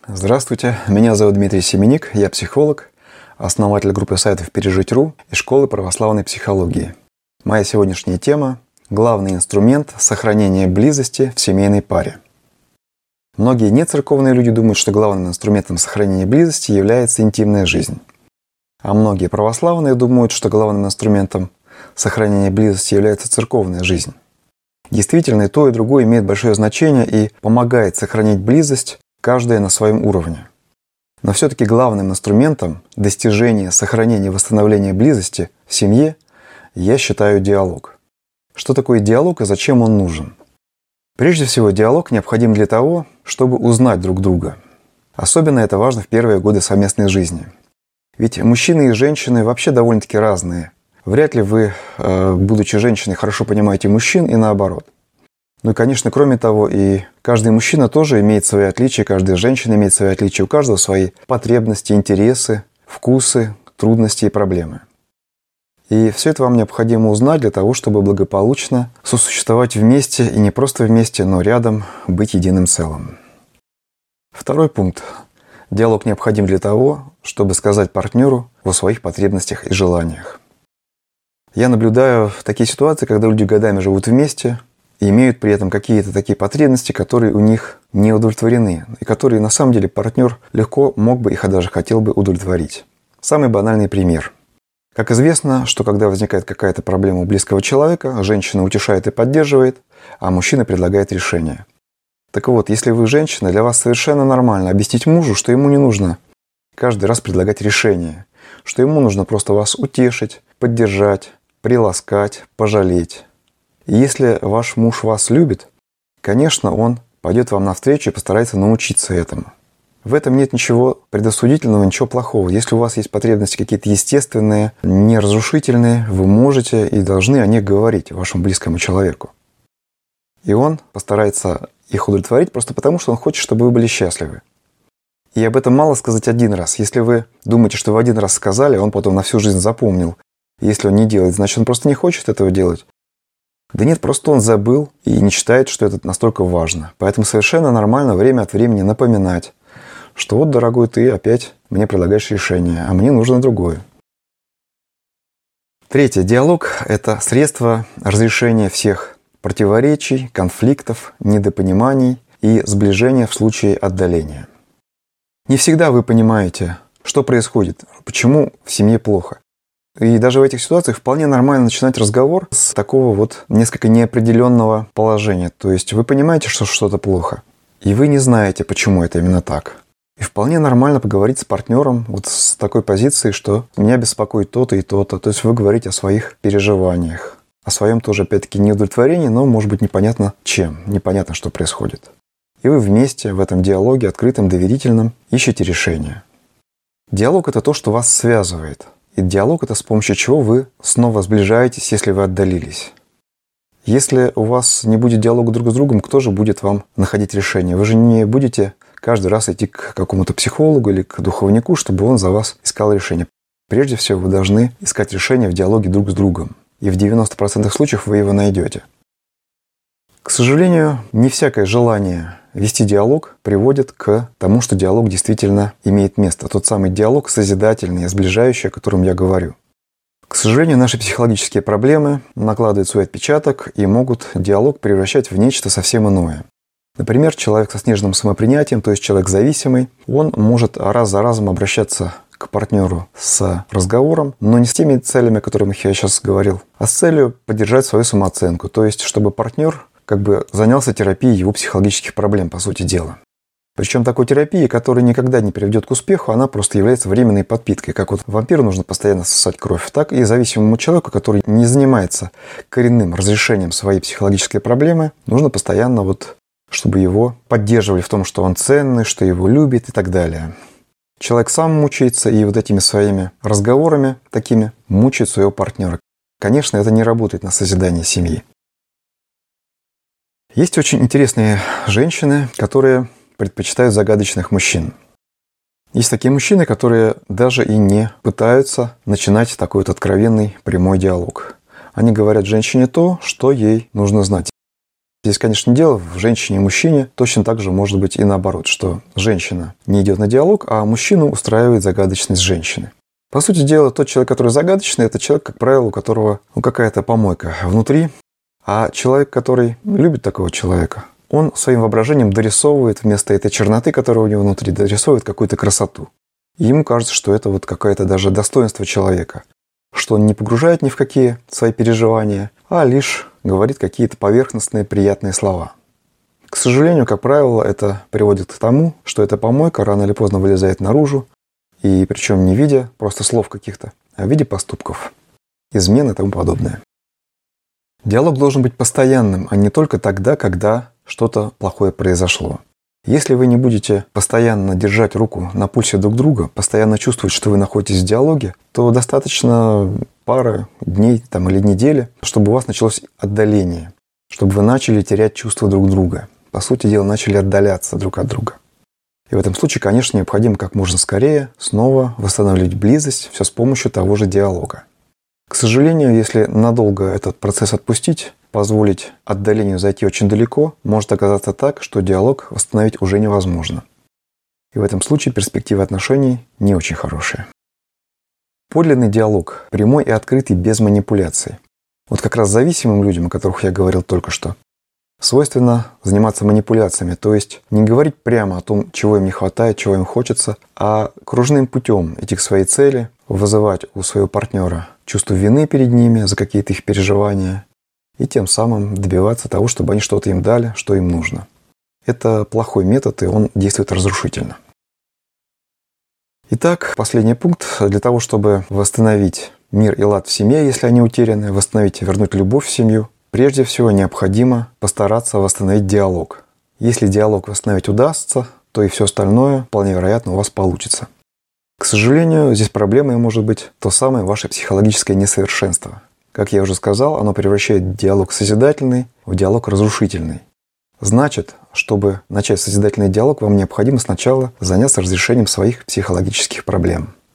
Здравствуйте, меня зовут Дмитрий Семеник, я психолог, основатель группы сайтов «Пережить.ру» и школы православной психологии. Моя сегодняшняя тема – главный инструмент сохранения близости в семейной паре. Многие нецерковные люди думают, что главным инструментом сохранения близости является интимная жизнь. А многие православные думают, что главным инструментом сохранения близости является церковная жизнь. Действительно, и то, и другое имеет большое значение и помогает сохранить близость, каждая на своем уровне. Но все-таки главным инструментом достижения, сохранения, восстановления близости в семье я считаю диалог. Что такое диалог и зачем он нужен? Прежде всего, диалог необходим для того, чтобы узнать друг друга. Особенно это важно в первые годы совместной жизни. Ведь мужчины и женщины вообще довольно-таки разные. Вряд ли вы, будучи женщиной, хорошо понимаете мужчин и наоборот. Ну и, конечно, кроме того, и каждый мужчина тоже имеет свои отличия, каждая женщина имеет свои отличия, у каждого свои потребности, интересы, вкусы, трудности и проблемы. И все это вам необходимо узнать для того, чтобы благополучно сосуществовать вместе, и не просто вместе, но рядом, быть единым целым. Второй пункт. Диалог необходим для того, чтобы сказать партнеру о своих потребностях и желаниях. Я наблюдаю такие ситуации, когда люди годами живут вместе, и имеют при этом какие-то такие потребности, которые у них не удовлетворены, и которые на самом деле партнер легко мог бы их, даже хотел бы удовлетворить. Самый банальный пример. Как известно, что когда возникает какая-то проблема у близкого человека, женщина утешает и поддерживает, а мужчина предлагает решение. Так вот, если вы женщина, для вас совершенно нормально объяснить мужу, что ему не нужно каждый раз предлагать решение, что ему нужно просто вас утешить, поддержать, приласкать, пожалеть. И если ваш муж вас любит, конечно, он пойдет вам навстречу и постарается научиться этому. В этом нет ничего предосудительного, ничего плохого. Если у вас есть потребности какие-то естественные, неразрушительные, вы можете и должны о них говорить вашему близкому человеку. И он постарается их удовлетворить просто потому, что он хочет, чтобы вы были счастливы. И об этом мало сказать один раз. Если вы думаете, что вы один раз сказали, он потом на всю жизнь запомнил. Если он не делает, значит, он просто не хочет этого делать. Да нет, просто он забыл и не считает, что это настолько важно. Поэтому совершенно нормально время от времени напоминать, что вот, дорогой, ты опять мне предлагаешь решение, а мне нужно другое. Третье. Диалог – это средство разрешения всех противоречий, конфликтов, недопониманий и сближения в случае отдаления. Не всегда вы понимаете, что происходит, почему в семье плохо. И даже в этих ситуациях вполне нормально начинать разговор с такого вот несколько неопределенного положения. То есть вы понимаете, что что-то плохо, и вы не знаете, почему это именно так. И вполне нормально поговорить с партнером вот с такой позиции, что меня беспокоит то-то и то-то. То есть вы говорите о своих переживаниях, о своем тоже, опять-таки, неудовлетворении, но, может быть, непонятно чем, непонятно, что происходит. И вы вместе в этом диалоге, открытом, доверительном, ищете решение. Диалог – это то, что вас связывает. И диалог – это с помощью чего вы снова сближаетесь, если вы отдалились. Если у вас не будет диалога друг с другом, кто же будет вам находить решение? Вы же не будете каждый раз идти к какому-то психологу или к духовнику, чтобы он за вас искал решение. Прежде всего, вы должны искать решение в диалоге друг с другом. И в 90% случаев вы его найдете. К сожалению, не всякое желание вести диалог приводит к тому, что диалог действительно имеет место. Тот самый диалог созидательный, сближающий, о котором я говорю. К сожалению, наши психологические проблемы накладывают свой отпечаток и могут диалог превращать в нечто совсем иное. Например, человек со сниженным самопринятием, то есть человек зависимый, он может раз за разом обращаться к партнеру с разговором, но не с теми целями, о которых я сейчас говорил, а с целью поддержать свою самооценку, то есть чтобы партнер занялся терапией его психологических проблем, по сути дела. Причем такой терапии, которая никогда не приведет к успеху, она просто является временной подпиткой. Как вот вампиру нужно постоянно сосать кровь, так и зависимому человеку, который не занимается коренным разрешением своей психологической проблемы, нужно постоянно чтобы его поддерживали в том, что он ценный, что его любят и так далее. Человек сам мучается и вот этими своими разговорами такими мучает своего партнера. Конечно, это не работает на созидание семьи. Есть очень интересные женщины, которые предпочитают загадочных мужчин. Есть такие мужчины, которые даже и не пытаются начинать такой вот откровенный прямой диалог. Они говорят женщине то, что ей нужно знать. Здесь, конечно, дело в женщине и мужчине. Точно так же может быть и наоборот, что женщина не идет на диалог, а мужчину устраивает загадочность женщины. По сути дела, тот человек, который загадочный, это человек, как правило, у которого какая-то помойка внутри. А человек, который любит такого человека, он своим воображением дорисовывает вместо этой черноты, которая у него внутри, дорисовывает какую-то красоту. И ему кажется, что это вот какое-то даже достоинство человека, что он не погружает ни в какие свои переживания, а лишь говорит какие-то поверхностные приятные слова. К сожалению, как правило, это приводит к тому, что эта помойка рано или поздно вылезает наружу, и причем не в виде просто слов каких-то, а в виде поступков, измен и тому подобное. Диалог должен быть постоянным, а не только тогда, когда что-то плохое произошло. Если вы не будете постоянно держать руку на пульсе друг друга, постоянно чувствовать, что вы находитесь в диалоге, то достаточно пары дней или недели, чтобы у вас началось отдаление, чтобы вы начали терять чувства друг друга. По сути дела, начали отдаляться друг от друга. И в этом случае, конечно, необходимо как можно скорее снова восстанавливать близость, все с помощью того же диалога. К сожалению, если надолго этот процесс отпустить, позволить отдалению зайти очень далеко, может оказаться так, что диалог восстановить уже невозможно. И в этом случае перспективы отношений не очень хорошие. Подлинный диалог, прямой и открытый, без манипуляций. Вот как раз зависимым людям, о которых я говорил только что, свойственно заниматься манипуляциями, то есть не говорить прямо о том, чего им не хватает, чего им хочется, а кружным путем идти к своей цели, вызывать у своего партнера чувство вины перед ними за какие-то их переживания и тем самым добиваться того, чтобы они что-то им дали, что им нужно. Это плохой метод, и он действует разрушительно. Итак, последний пункт. Для того, чтобы восстановить мир и лад в семье, если они утеряны, восстановить и вернуть любовь в семью, прежде всего необходимо постараться восстановить диалог. Если диалог восстановить удастся, то и все остальное, вполне вероятно, у вас получится. К сожалению, здесь проблемой может быть то самое ваше психологическое несовершенство. Как я уже сказал, оно превращает диалог созидательный в диалог разрушительный. Значит, чтобы начать созидательный диалог, вам необходимо сначала заняться разрешением своих психологических проблем.